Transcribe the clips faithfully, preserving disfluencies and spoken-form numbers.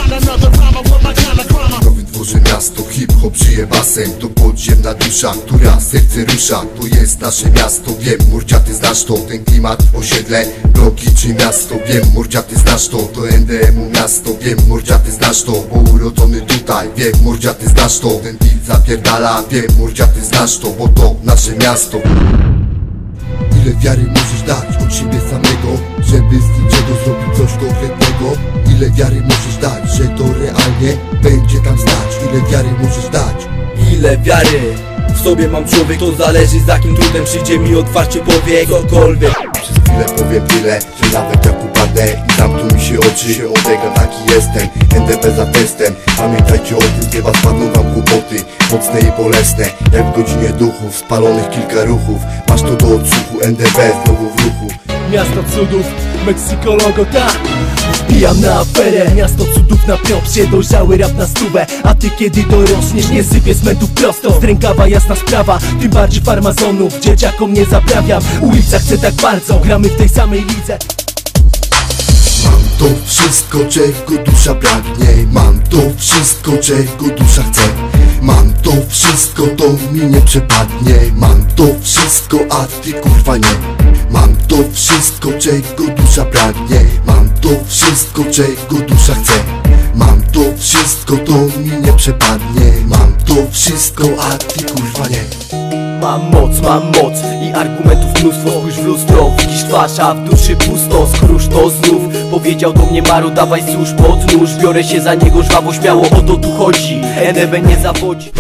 Nowy Dworze miasto, hip-hop żyje basem. To podziemna dusza, która serce rusza. To jest nasze miasto, wiem, mordzia ty znasz to. Ten klimat, osiedle, bloki czy miasto. Wiem, mordzia ty znasz to. To N D M-u miasto, wiem, mordzia ty znasz to. Bo urodzony tutaj, wiem, mordzia ty znasz to. Ten beat zapierdala, wiem, mordzia ty znasz to. Bo to nasze miasto. Ile wiary możesz dać od siebie samego, żeby z niczego zrobić coś konkretnego? Ile wiary możesz dać, że to realnie będzie tam stać? Ile wiary możesz dać? Ile wiary w sobie mam, człowiek, to zależy za jakim trudem przyjdzie mi otwarcie powie cokolwiek. Przez chwilę powiem tyle, że nawet jak upadnę i zamkną mi się oczy, się odega, taki jestem. N D P za testem, pamiętajcie o tym, nie was spadną wam kłopoty mocne i bolesne, jak w godzinie duchów, spalonych kilka ruchów. Masz to do odsłuchu, N D P znowu w ruchu. Miasto cudów, Mexico logo, tak. Wbijam na aferę, miasto cudów na piopsie. Dojrzały rap na stówę, a ty kiedy dorośniesz, nie sypię z metów prosto. Z rękawa jasna sprawa, tym bardziej farmazonów dzieciakom nie zaprawiam. Ulica chce tak bardzo, gramy w tej samej lidze. Mam to wszystko, czego dusza pragnie. Mam to wszystko, czego dusza chce. Mam to wszystko, to mi nie przepadnie. Mam to wszystko, a ty kurwa nie. Mam to wszystko, czego dusza pragnie. Mam to wszystko, czego dusza chce. Mam to wszystko, to mi nie przepadnie. Mam to wszystko, a ty kurwa nie. Mam moc, mam moc i argumentów mnóstwo. Spójrz w lustro, widzisz twarz, a w duszy pusto. Skróż to znów, powiedział do mnie Maro, dawaj służ pod nóż. Biorę się za niego żwawo, śmiało, o to tu chodzi. N D B nie zawodzi.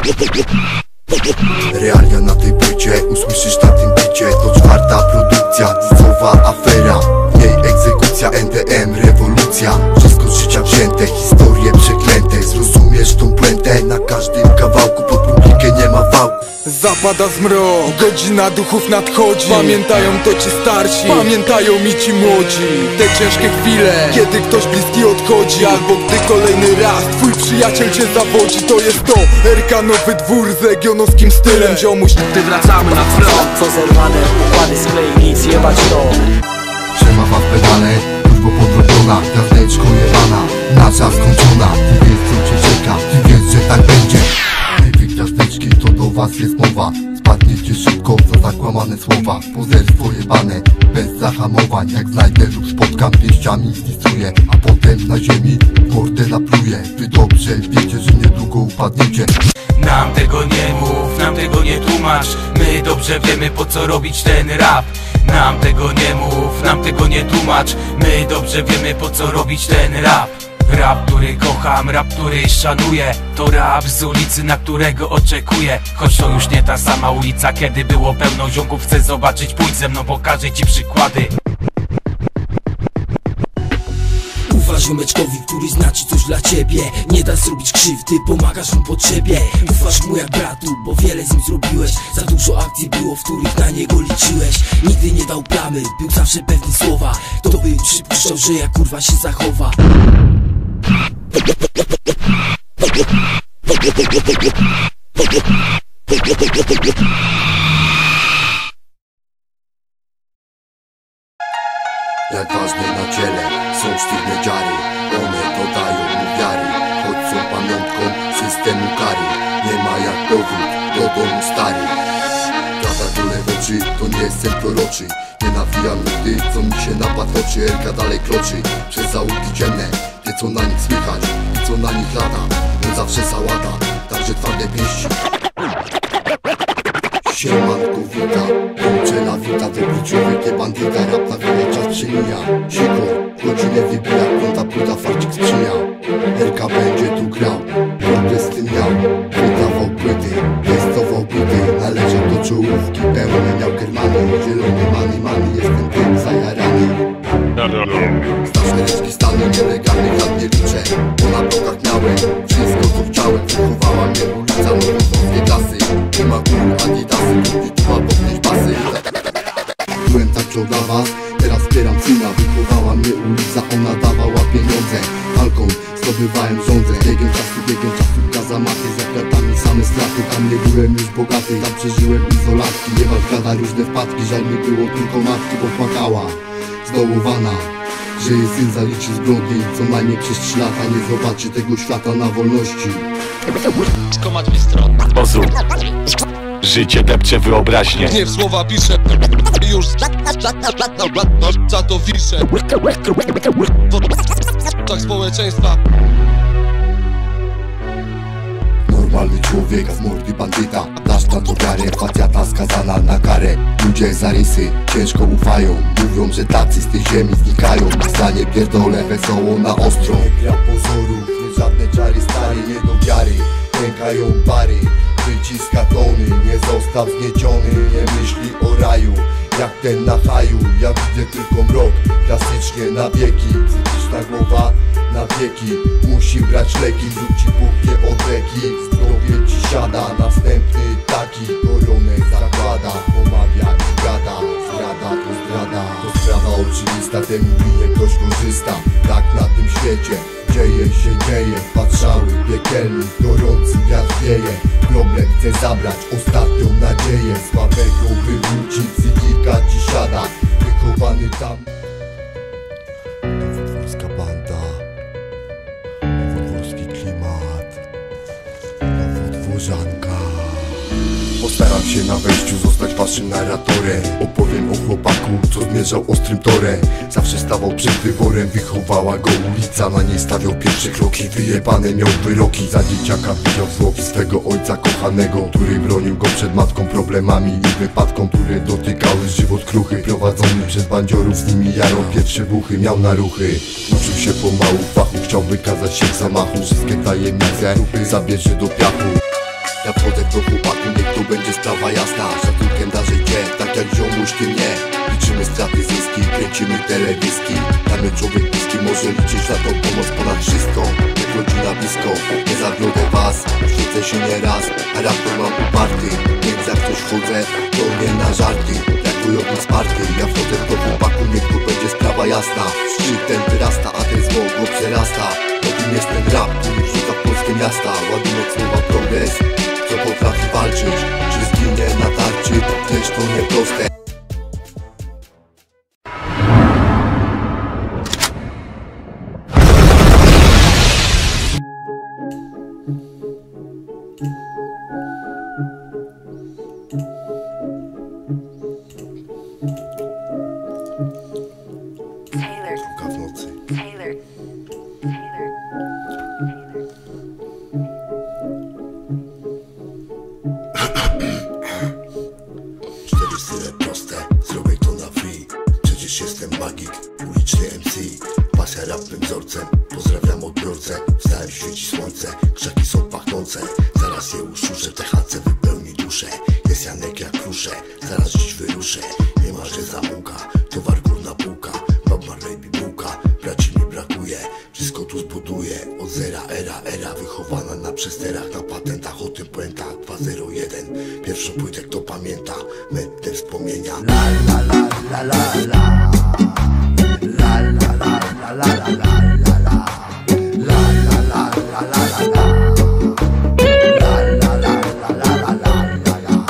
Realia na tej płycie, usłyszysz na tym bicie. To czwarta produkcja, disowa afera. W niej egzekucja, N D M, rewolucja. Wszystko z życia wzięte, historie przeklęte. Zrozumiesz tą puentę, na każdym kawałku pod publikę nie ma wałku. Zapada zmrok, godzina duchów nadchodzi. Pamiętają to ci starsi, pamiętają mi ci młodzi. Te ciężkie chwile, kiedy ktoś bliski odchodzi, albo gdy kolejny raz twój przyjaciel cię zawodzi. To jest to R K Nowy Dwór z legionowskim stylem. Ziomuś, gdy wracamy na front, co zerwane, układy z klei, nic jebać to. Przemawa w pedale, już po podrobiona, gwiazdeczko jebana, nasza skończona. Ty wiesz co cię czeka, ty wiesz, że tak będzie. Wy gwiazdeczki, to do was jest mowa. Spadniecie szybko za zakłamane słowa. Pozerstwo jebane, bez zahamowań. Jak znajdę lub spotkam, pięściami zdisuję, a potem na ziemi mordę napluję. Wy dobrze wiecie, że niedługo upadniecie. Nam tego nie mów, nam tego nie tłumacz. My dobrze wiemy, po co robić ten rap. Nam tego nie mów, nam tego nie tłumacz. My dobrze wiemy, po co robić ten rap. Rap, który kocham, rap, który szanuję. To rap z ulicy, na którego oczekuję. Choć to już nie ta sama ulica, kiedy było pełno ziomków. Chcę zobaczyć, pójdź ze mną, pokażę ci przykłady. Ufasz ziomeczkowi, który znaczy coś dla ciebie. Nie da zrobić krzywdy, pomagasz mu potrzebie. Ufasz mu jak bratu, bo wiele z nim zrobiłeś. Za dużo akcji było, w których na niego liczyłeś. Nigdy nie dał plamy, był zawsze pewny słowa. Kto by przypuszczał, że ja kurwa się zachowa. Jak ważne na ciele są sztywne dziary. One dodają mu wiary, choć są pamiątką systemu kary. Nie ma jak powrót do domu stary. Prawda dole w oczy, to nie jest sen proroczy. Nie nawijam nigdy, co mi się napadł oczy. R K dalej kroczy przez zaułki ciemne. Wie co na nich słychać i co na nich lata. On zawsze załata, także twarde pięści. Siemanko wita, kończela wita. Dobry człowiek, nie bandyta, rap na wiele czas przemija. Sikor, godzinę wybija, piąta płyta, farcik sprzyja. R K będzie tu grał, mordę z tym miał. Wydawał płyty, testował płyty. Należał do czołówki, pełne miał kermany. Zielony many, many, jestem tym zajarany. Straszne reszki stanu, nielegalnych lat nie liczę. Bo na blokach miałem wszystko co chciałem. Wychowała mnie ulica, nowosowskie klasy. Nie ma gór, adidasy, kupiła podnieść basy. Byłem tak dla was, teraz wspieram syna. Wychowała mnie ulica, ona dawała pieniądze. Walką zdobywałem rządzę. Biegiem czasu, biegiem czasu, kazamaty. Za kratami same straty, tam nie byłem już bogaty. Tam przeżyłem izolatki, jebać gada różne wpadki. Żal mi było tylko matki, bo płakała zdołowana, że jej syn zaliczy zbrodnie i co najmniej przez trzy lata nie zobaczy tego świata na wolności. Ma dwie strony. Pozór. Życie depcze wyobraźnię. Nie w słowa piszę. Już za to wiszę. Tak społeczeństwa. Normalny człowiek z mordy bandyta, dasz na to wiarę, facjata skazana na karę. Ludzie zarysy ciężko ufają, mówią, że tacy z tej ziemi znikają. Zdanie pierdolę, wesoło na ostro. Gra pozorów, nie żadne czary stare, nie do wiary. Pękają bary, wyciska tony, nie został zgnieciony. Nie myśli o raju, jak ten na haju. Ja widzę tylko mrok, klasycznie na wieki. Psychiczna głowa na wieki, musi brać leki. Wróć ci puknie od reki, zdrowie ci siada. Następny taki koronę zakłada, pomawia i gada. Zdrada to zdrada, to sprawa oczywista. Temu winien ktoś korzysta, tak na tym świecie dzieje się dzieje. Patrzały piekielny, gorący wiatr wieje. Problem chce zabrać ostatnią nadzieję. Słabego wywróci, psychika ci siada. Wychowany tam nowodworska banda, nowodworski klimat, nowodworzanka. Postaram się na wejściu zostać waszym narratorem. Opowiem o chłopaku, co zmierzał ostrym torem. Zawsze stawał przed wyborem, wychowała go ulica. Na niej stawiał pierwsze kroki, wyjebane miał wyroki. Za dzieciaka widział zwłoki swego ojca kochanego, który bronił go przed matką, problemami i wypadkom, które dotykały żywot kruchy. Prowadzony przez bandziorów, z nimi jarał pierwsze buchy. Miał na ruchy, uczył się pomału fachu, chciał wykazać się w zamachu. Wszystkie tajemnice zabierze do piachu. Ja wchodzę do chłopaku, niech to będzie sprawa jasna. Szacunkiem darzę cię, tak jak ziomuś ty mnie. Liczymy straty, zyski, kręcimy teledyski. Damy człowiek bliski, może liczyć na tą pomoc ponad wszystko. Jak rodzina blisko, nie zawiodę was. Świecę się nieraz, a raptor mam uparty. Więc jak ktoś chodzę, to nie na żarty. Jak wojownik sparty, ja wchodzę do chłopaku, niech to będzie sprawa jasna. Szczyt ten wyrasta, a ten zło go przerasta. Jakim jest ten rap, który wrzuca w polskie miasta. Ładunek słowa progres, co potrafi walczyć, czy zginie na tarczy, też to nieproste. Taylor. Druga w nocy. Taylor. Taylor. Cztery style proste, zrobię to na free. Przecież jestem magik, uliczny M C. Pasja rapem wzorcem, pozdrawiam odbiorcę. Wstałem, świeci słońce, krzaki są pachnące. Zaraz je uszuszę, T H C wypełni duszę. Jest Janek jak kruszę, zaraz dziś wyruszę. Nie ma, że zamuka, towar górna półka. Bob Marley bibułka, braci mi brakuje. Wszystko tu zbuduję, od zera era, era. Wychowana na przesterach, na patentach, o tym puenta dwa zero jeden. Pierwszą płytę kto pamięta, mętne wspomnienia. La la la la la la. La la la la la la la la la. La la la la la la la. La la la la la la la la.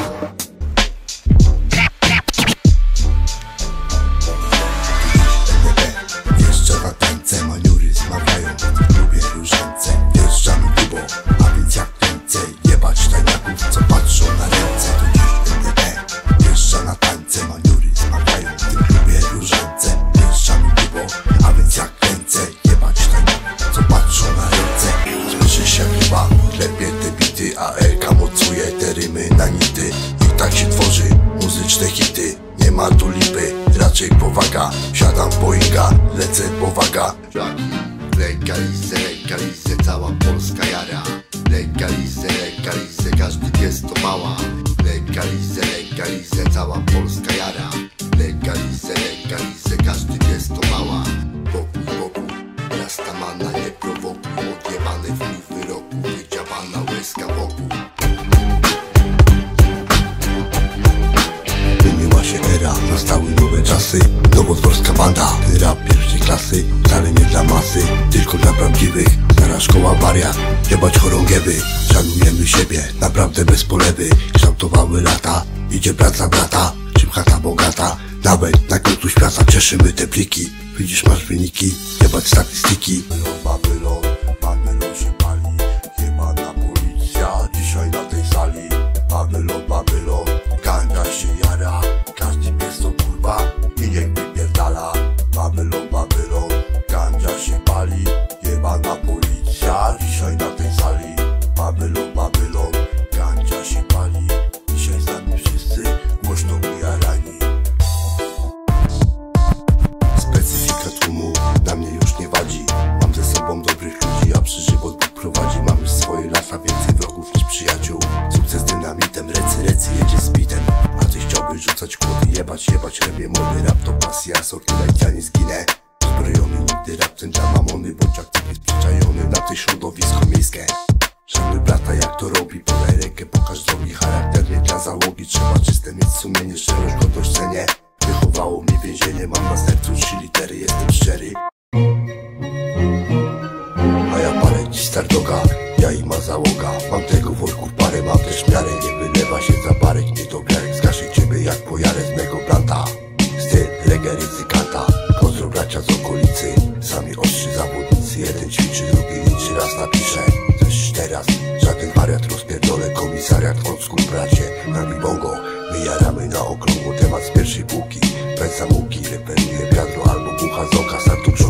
Wjeżdża na tańce, maniury zmawiają. Lubię różańce, wjeżdżam grubo. A więc jak kręcę, jebać tajniaków, co patrzą na ręce. To dziś N D B. Wjeżdża na tańce, maniury zmawiają. Lubię różańce, wjeżdżam grubo. A więc jak kręcę, jebać tajniaków, co patrzą na ręce. Słyszy się chyba, klepie te bity, a Elka mocuje te rymy na nity. I tak się tworzy muzyczne hity. Nie ma tu lipy, raczej powaga. Siadam w Boeinga, lecę powaga. Legalizę, legalizę, cała Polska jara. Legalizę, legalizę, każdy pies to mała. Legalizę, legalizę, cała Polska jara. Legalizę, legalizę, każdy pies to mała. Wokół, wokół, rastamana, nie prowokuj. Odjebane w mój wyroku, wydziabana łezka wokół. Zmieniła się era, nastały nowe czasy. Nowodworska banda, rap pierwszej klasy. Wcale nie dla masy, tylko dla prawdziwych. Stara szkoła wariat, jebać chorągiewy. Szanujemy siebie, naprawdę bez polewy. Kształtowały lata, idzie praca brata. Czym chata bogata, nawet na końcu świata cieszymy te pliki. Widzisz, masz wyniki, jebać statystyki. Babylon, Babylon się pali, jebana policja dzisiaj na tej sali. Babylon, Babylon, ganga się jara, każdy pies to kurwa i niech wypierdala. Babylon, Babylon, ganga się pali, jebana policja dzisiaj na tej sali. Babylon, Babylon, ganga się pali, dzisiaj z nami wszyscy głośno ujarani. Specyfika tłumu na mnie już nie wadzi. Mam ze sobą dobrych ludzi, a przy żywot Bóg prowadzi. Mam już swoje lata, więcej wrogów niż przyjaciół. Sukces dynamitem, recy, recy jedzie z bitem. A ty chciałbyś rzucać kłody, jebać, jebać rebie. Młody rap to pasja, sortulać, ja nie zginę. Uzbrojony nigdy raptem dla mamony, bądź aktywnie przyczajony na te środowisko miejskie. Szanuj brata jak to robi, podaj rękę, pokaż drogi. Charakternie dla załogi, trzeba czyste mieć sumienie, szczerość, godność cenię. Wychowało mnie więzienie, mam na sercu trzy litery, jestem szczery. A ja parę dziś stardoga, ja i ma załoga. Mam tego worków parę, mam też miarę. Nie wylewa się za barek, nie do wiary. Zgaszę ciebie jak pojarę z mego blanta. Styl, reggae, ryzykanta. Pozdro bracia z okolicy, sami ostrzy zawodnicy. Jeden ćwiczy, drugi liczy, raz napisze. Też teraz, żaden wariat, rozpierdolę komisariat. Old school bracie, nami bongo. My jaramy na okrągło, temat z pierwszej półki. Bez zamułki, reperuje wiadro albo bucha z oka. Sam tu